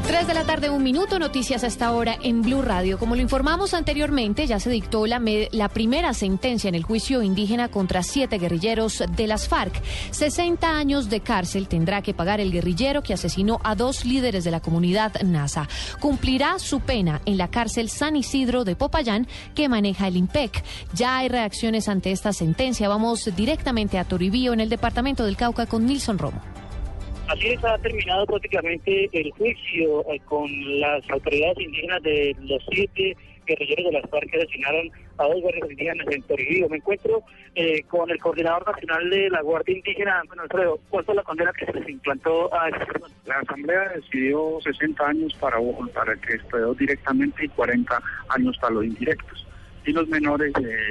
3 de la tarde, 1 minuto, noticias a esta hora en Blue Radio. Como lo informamos anteriormente, ya se dictó la primera sentencia en el juicio indígena contra 7 guerrilleros de las FARC. 60 años de cárcel tendrá que pagar el guerrillero que asesinó a 2 líderes de la comunidad Nasa. Cumplirá su pena en la cárcel San Isidro de Popayán, que maneja el IMPEC. Ya hay reacciones ante esta sentencia. Vamos directamente a Toribío, en el departamento del Cauca, con Nilson Romo. Así es, ha terminado prácticamente el juicio con las autoridades indígenas de los 7 guerrilleros de las FARC que asesinaron a 2 guardias indígenas en Toribío. Me encuentro con el coordinador nacional de la Guardia Indígena, Alfredo. ¿Cuál fue la condena que se les implantó a esas personas? La Asamblea decidió 60 años para el que estudió directamente y 40 años para los indirectos. Y los menores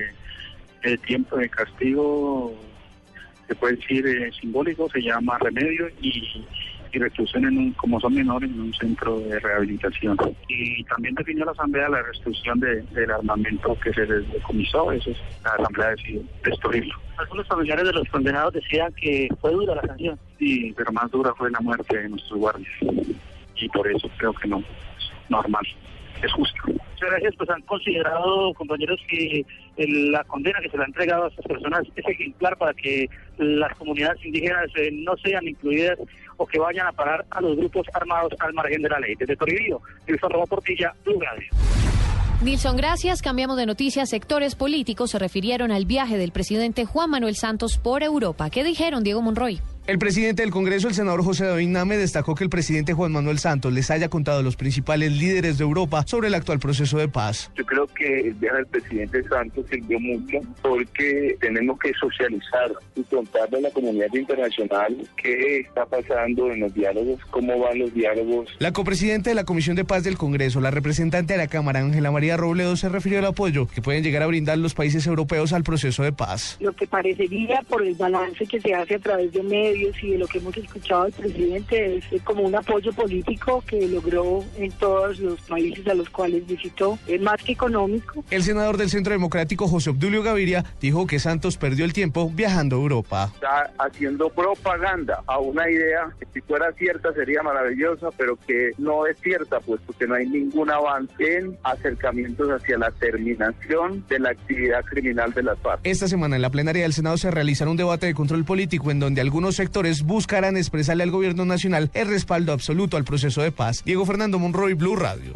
de tiempo de castigo, se puede decir simbólico, se llama remedio y reclusión como son menores, en un centro de rehabilitación. Y también definió la Asamblea la restitución del armamento que se les decomisó. Eso es, la Asamblea decidió destruirlo. Algunos familiares de los condenados decían que fue dura la sanción. Sí, pero más dura fue la muerte de nuestros guardias. Y por eso creo que no es normal, es justo. Muchas gracias. Pues han considerado, compañeros, que la condena que se le ha entregado a estas personas es ejemplar para que las comunidades indígenas no sean incluidas o que vayan a parar a los grupos armados al margen de la ley. Desde Toribío, Nilson Romo Portilla, Blue Radio. Nilson, gracias. Cambiamos de noticias. Sectores políticos se refirieron al viaje del presidente Juan Manuel Santos por Europa. ¿Qué dijeron, Diego Monroy? El presidente del Congreso, el senador José David Name, destacó que el presidente Juan Manuel Santos les haya contado a los principales líderes de Europa sobre el actual proceso de paz. Yo creo que el viaje del presidente Santos sirvió mucho porque tenemos que socializar y contarle a la comunidad internacional qué está pasando en los diálogos, cómo van los diálogos. La copresidenta de la Comisión de Paz del Congreso, la representante de la Cámara, Ángela María Robledo, se refirió al apoyo que pueden llegar a brindar los países europeos al proceso de paz. Lo que parecería, por el balance que se hace a través de medios y de lo que hemos escuchado del presidente, es como un apoyo político que logró en todos los países a los cuales visitó, más que económico. El senador del Centro Democrático, José Obdulio Gaviria, dijo que Santos perdió el tiempo viajando a Europa. Está haciendo propaganda a una idea que, si fuera cierta, sería maravillosa, pero que no es cierta, pues porque no hay ningún avance en acercamientos hacia la terminación de la actividad criminal de las FARC. Esta semana en la plenaria del Senado se realizará un debate de control político en donde algunos sectores buscarán expresarle al gobierno nacional el respaldo absoluto al proceso de paz. Diego Fernando Monroy, Blue Radio.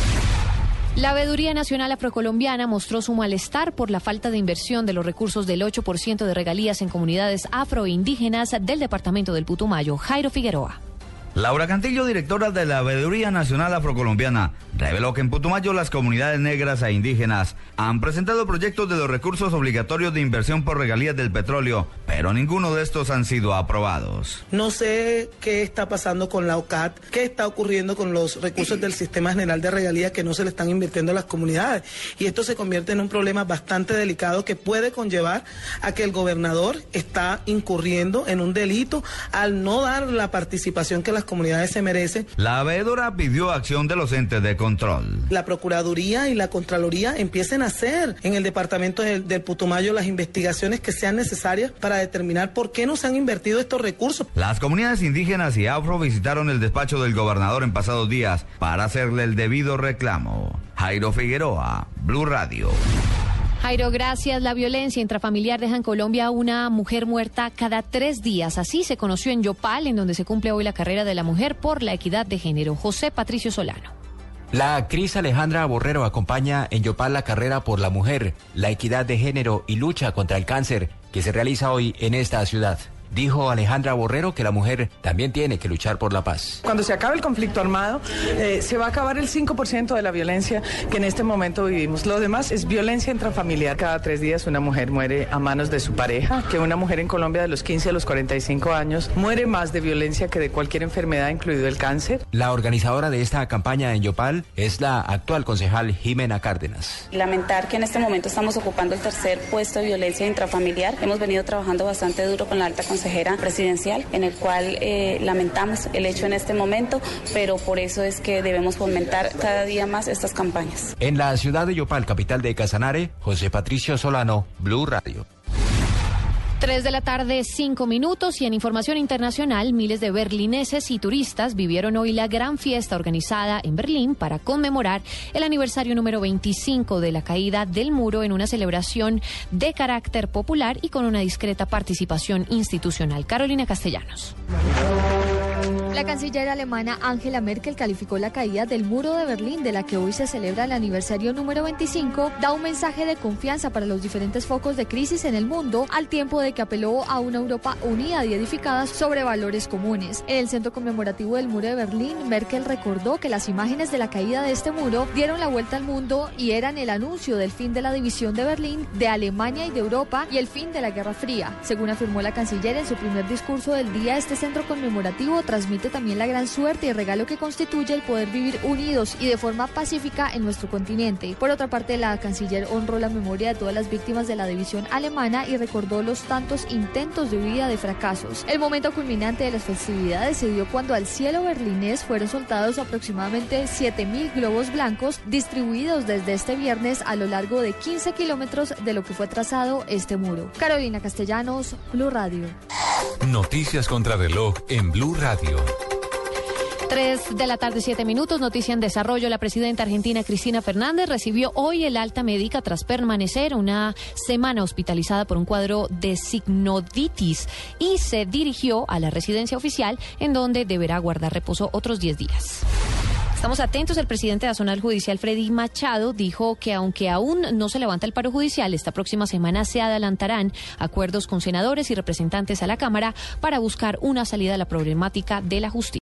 La Veeduría Nacional Afrocolombiana mostró su malestar por la falta de inversión de los recursos del 8% de regalías en comunidades afro e indígenas del departamento del Putumayo. Jairo Figueroa. Laura Cantillo, directora de la Veeduría Nacional Afrocolombiana, reveló que en Putumayo las comunidades negras e indígenas han presentado proyectos de los recursos obligatorios de inversión por regalías del petróleo, pero ninguno de estos han sido aprobados. No sé qué está pasando con la OCAT, qué está ocurriendo con los recursos del Sistema General de Regalías que no se le están invirtiendo a las comunidades. Y esto se convierte en un problema bastante delicado que puede conllevar a que el gobernador está incurriendo en un delito al no dar la participación que las comunidades se merecen. La veedora pidió acción de los entes de control. La Procuraduría y la Contraloría empiecen a hacer en el departamento del Putumayo las investigaciones que sean necesarias para determinar por qué no se han invertido estos recursos. Las comunidades indígenas y afro visitaron el despacho del gobernador en pasados días para hacerle el debido reclamo. Jairo Figueroa, Blue Radio. Jairo, gracias. La violencia intrafamiliar deja en Colombia una mujer muerta cada 3 días. Así se conoció en Yopal, en donde se cumple hoy la carrera de la mujer por la equidad de género. José Patricio Solano. La actriz Alejandra Borrero acompaña en Yopal la carrera por la mujer, la equidad de género y lucha contra el cáncer que se realiza hoy en esta ciudad. Dijo Alejandra Borrero que la mujer también tiene que luchar por la paz. Cuando se acabe el conflicto armado, se va a acabar el 5% de la violencia que en este momento vivimos. Lo demás es violencia intrafamiliar. Cada 3 días una mujer muere a manos de su pareja, que una mujer en Colombia de los 15 a los 45 años muere más de violencia que de cualquier enfermedad, incluido el cáncer. La organizadora de esta campaña en Yopal es la actual concejal Jimena Cárdenas. Lamentar que en este momento estamos ocupando el 3er puesto de violencia intrafamiliar. Hemos venido trabajando bastante duro con la alta consejera presidencial, en el cual lamentamos el hecho en este momento, pero por eso es que debemos fomentar cada día más estas campañas. En la ciudad de Yopal, capital de Casanare, José Patricio Solano, Blue Radio. 3 de la tarde, 5 minutos, y en información internacional, miles de berlineses y turistas vivieron hoy la gran fiesta organizada en Berlín para conmemorar el aniversario número 25 de la caída del muro en una celebración de carácter popular y con una discreta participación institucional. Carolina Castellanos. La canciller alemana Angela Merkel calificó la caída del muro de Berlín, de la que hoy se celebra el aniversario número 25, da un mensaje de confianza para los diferentes focos de crisis en el mundo, al tiempo de que apeló a una Europa unida y edificada sobre valores comunes. En el centro conmemorativo del muro de Berlín, Merkel recordó que las imágenes de la caída de este muro dieron la vuelta al mundo y eran el anuncio del fin de la división de Berlín, de Alemania y de Europa, y el fin de la Guerra Fría. Según afirmó la canciller en su primer discurso del día, este centro conmemorativo transmite también la gran suerte y regalo que constituye el poder vivir unidos y de forma pacífica en nuestro continente. Por otra parte, la canciller honró la memoria de todas las víctimas de la división alemana y recordó los tantos intentos de huida de fracasos. El momento culminante de las festividades se dio cuando al cielo berlinés fueron soltados aproximadamente 7.000 globos blancos distribuidos desde este viernes a lo largo de 15 kilómetros de lo que fue trazado este muro. Carolina Castellanos, Blue Radio. Noticias contra reloj en Blue Radio. 3 de la tarde, 7 minutos, noticia en desarrollo. La presidenta argentina Cristina Fernández recibió hoy el alta médica tras permanecer una semana hospitalizada por un cuadro de signoditis y se dirigió a la residencia oficial, en donde deberá guardar reposo otros 10 días. Estamos atentos. El presidente de la Zonal Judicial, Freddy Machado, dijo que aunque aún no se levanta el paro judicial, esta próxima semana se adelantarán acuerdos con senadores y representantes a la Cámara para buscar una salida a la problemática de la justicia.